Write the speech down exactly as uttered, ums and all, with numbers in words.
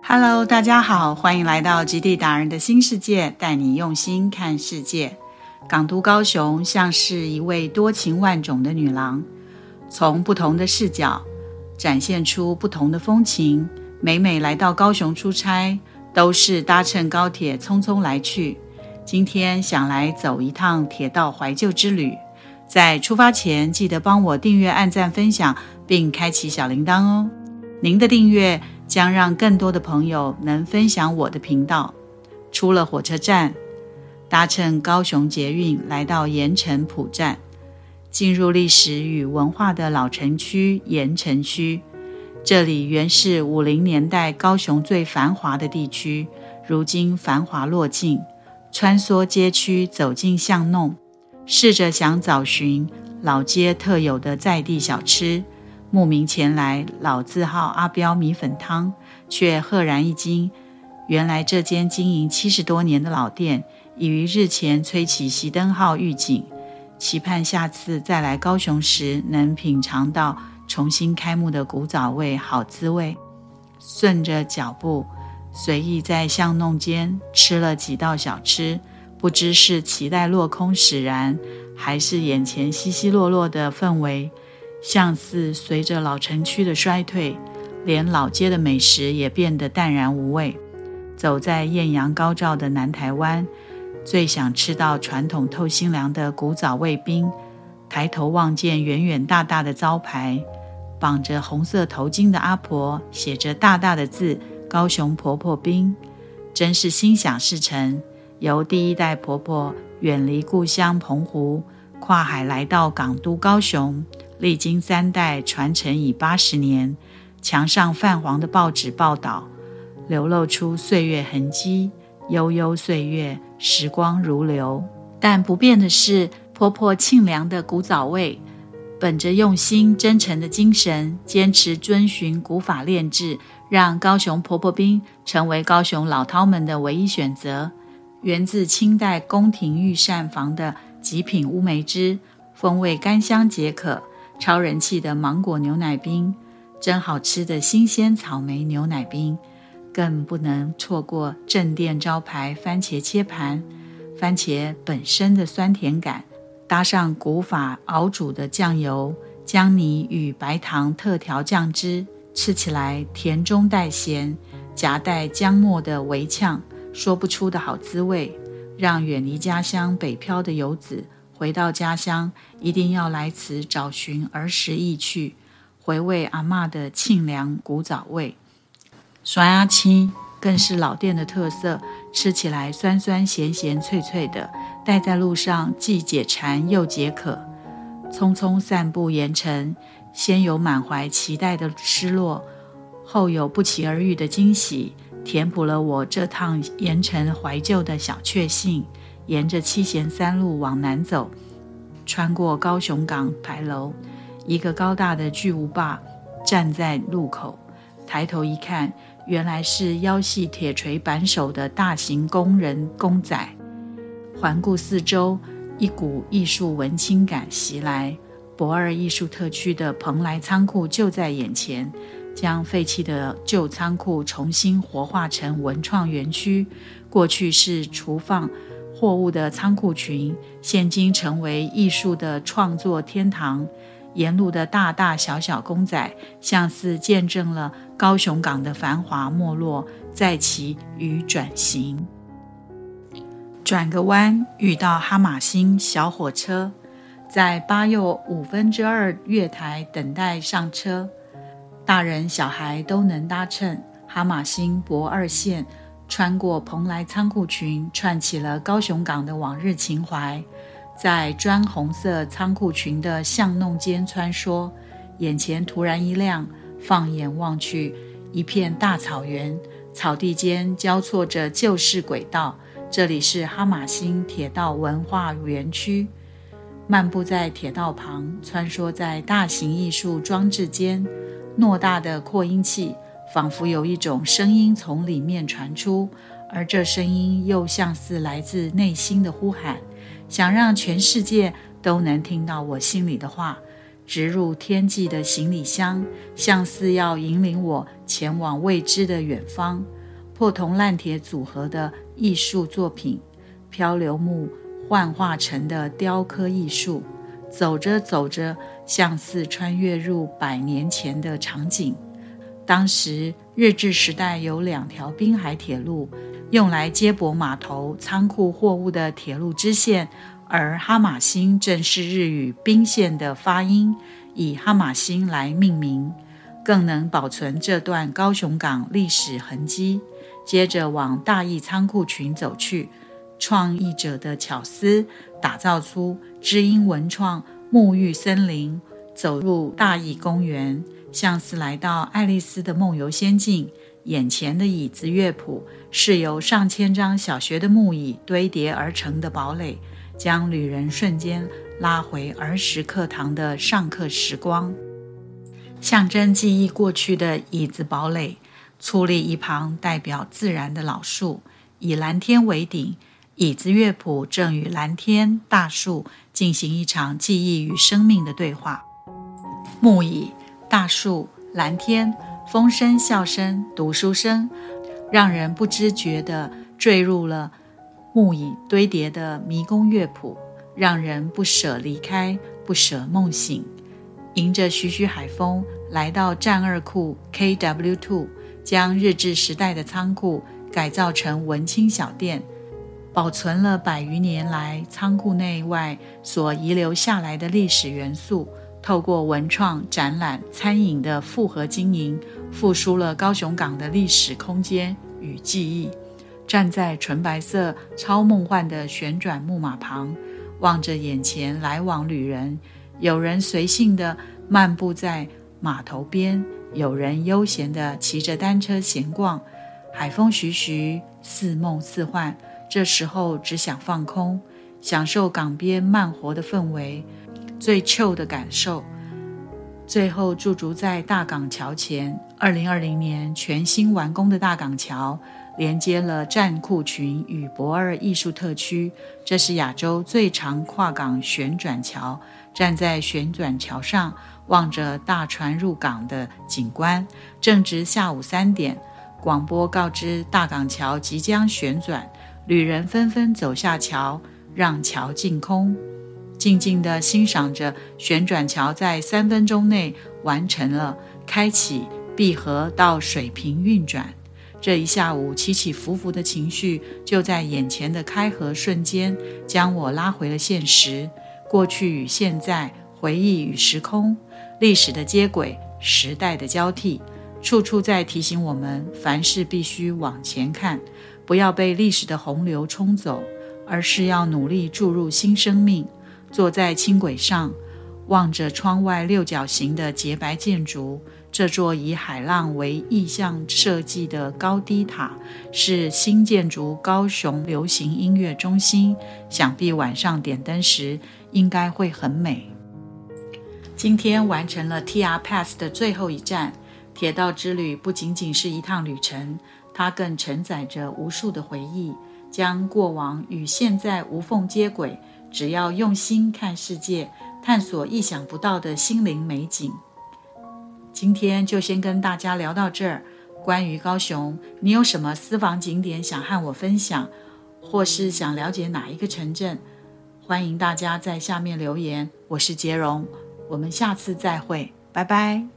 Hello， 大家好，欢迎来到极地达人的新世界，带你用心看世界。港都高雄像是一位多情万种的女郎，从不同的视角展现出不同的风情。每每来到高雄出差，都是搭乘高铁匆匆来去。今天想来走一趟铁道怀旧之旅，在出发前记得帮我订阅、按赞、分享，并开启小铃铛哦。您的订阅将让更多的朋友能分享我的频道。出了火车站，搭乘高雄捷运来到盐埕埔站，进入历史与文化的老城区盐埕区。这里原是五零年代高雄最繁华的地区，如今繁华落尽。穿梭街区，走进巷弄，试着想找寻老街特有的在地小吃。慕名前来老字号阿彪米粉汤，却赫然一惊，原来这间经营七十多年的老店已于日前吹起熄灯号预警，期盼下次再来高雄时能品尝到重新开幕的古早味好滋味。顺着脚步随意在巷弄间吃了几道小吃，不知是期待落空使然，还是眼前稀稀落落的氛围，像似随着老城区的衰退，连老街的美食也变得淡然无味。走在艳阳高照的南台湾，最想吃到传统透心凉的古早味冰。抬头望见远远大大的招牌，绑着红色头巾的阿婆写着大大的字高雄婆婆冰，真是心想事成。由第一代婆婆远离故乡澎湖，跨海来到港都高雄，历经三代传承已八十年，墙上泛黄的报纸报道流露出岁月痕迹，悠悠岁月，时光如流。但不变的是婆婆沁凉的古早味，本着用心真诚的精神，坚持遵循古法炼制，让高雄婆婆冰成为高雄老饕们的唯一选择。源自清代宫廷御膳房的极品乌梅汁，风味甘香解渴，超人气的芒果牛奶冰，真好吃的新鲜草莓牛奶冰，更不能错过正店招牌番茄切盘。番茄本身的酸甜感，搭上古法熬煮的酱油、姜泥与白糖特调酱汁，吃起来甜中带咸，夹带姜末的微呛，说不出的好滋味，让远离家乡北漂的游子回到家乡一定要来此找寻儿时忆趣，回味阿嬷的沁凉古早味。酸鸭青更是老店的特色，吃起来酸酸咸咸脆脆的，带在路上既解馋又解渴。匆匆散步盐埕，先有满怀期待的失落，后有不期而遇的惊喜，填补了我这趟盐埕怀旧的小确幸。沿着七贤三路往南走，穿过高雄港牌楼，一个高大的巨无霸站在路口，抬头一看，原来是腰系铁锤扳手的大型工人公仔。环顾四周，一股艺术文青感袭来。博二艺术特区的蓬莱仓库就在眼前，将废弃的旧仓库重新活化成文创园区。过去是储放货物的仓库群，现今成为艺术的创作天堂。沿路的大大小小公仔，像似见证了高雄港的繁华没落，再起与转型。转个弯，遇到哈马星小火车，在八又五分之二月台等待上车，大人小孩都能搭乘。哈马星博二线穿过蓬莱仓库群，串起了高雄港的往日情怀。在砖红色仓库群的巷弄间穿梭，眼前突然一亮，放眼望去，一片大草原，草地间交错着旧式轨道，这里是哈马星铁道文化园区。漫步在铁道旁，穿梭在大型艺术装置间，偌大的扩音器仿佛有一种声音从里面传出，而这声音又像似来自内心的呼喊，想让全世界都能听到我心里的话。直入天际的行李箱，像似要引领我前往未知的远方。 破铜烂铁组合的艺术作品，漂流木幻化成的雕刻艺术，走着走着像似穿越入百年前的场景。当时日治时代有两条滨海铁路，用来接驳码头仓库货物的铁路支线，而哈马星正是日语滨线的发音，以哈马星来命名，更能保存这段高雄港历史痕迹。接着往大义仓库群走去，创意者的巧思打造出知音文创沐浴森林，走入大义公园，像是来到爱丽丝的梦游仙境。眼前的椅子乐谱是由上千张小学的木椅堆叠而成的堡垒，将旅人瞬间拉回儿时课堂的上课时光。象征记忆过去的椅子堡垒，矗立一旁代表自然的老树，以蓝天为顶，椅子乐谱正与蓝天大树进行一场记忆与生命的对话。木椅、大树、蓝天，风声、笑声、读书声，让人不知觉地坠入了木椅堆叠的迷宫乐谱，让人不舍离开，不舍梦醒。迎着徐徐海风，来到战二库 K W 二， 将日治时代的仓库改造成文青小店，保存了百余年来仓库内外所遗留下来的历史元素，透过文创、展览、餐饮的复合经营，复苏了高雄港的历史空间与记忆。站在纯白色超梦幻的旋转木马旁，望着眼前来往旅人，有人随性地漫步在码头边，有人悠闲地骑着单车闲逛，海风徐徐，似梦似幻。这时候只想放空，享受港边慢活的氛围，最chill的感受。最后驻足在大港桥前，二零二零年全新完工的大港桥连接了战库群与博二艺术特区，这是亚洲最长跨港旋转桥。站在旋转桥上，望着大船入港的景观，正值下午三点，广播告知大港桥即将旋转，旅人纷纷走下桥，让桥净空，静静地欣赏着旋转桥在三分钟内完成了开启、闭合到水平运转。这一下午起起伏伏的情绪，就在眼前的开合瞬间，将我拉回了现实，过去与现在，回忆与时空，历史的接轨，时代的交替，处处在提醒我们，凡事必须往前看，不要被历史的洪流冲走，而是要努力注入新生命。坐在轻轨上，望着窗外六角形的洁白建筑，这座以海浪为意象设计的高低塔是新建筑高雄流行音乐中心，想必晚上点灯时应该会很美。今天完成了 T R Pass 的最后一站，铁道之旅不仅仅是一趟旅程，它更承载着无数的回忆，将过往与现在无缝接轨。只要用心看世界，探索意想不到的心灵美景。今天就先跟大家聊到这儿。关于高雄，你有什么私房景点想和我分享，或是想了解哪一个城镇，欢迎大家在下面留言。我是杰荣，我们下次再会，拜拜。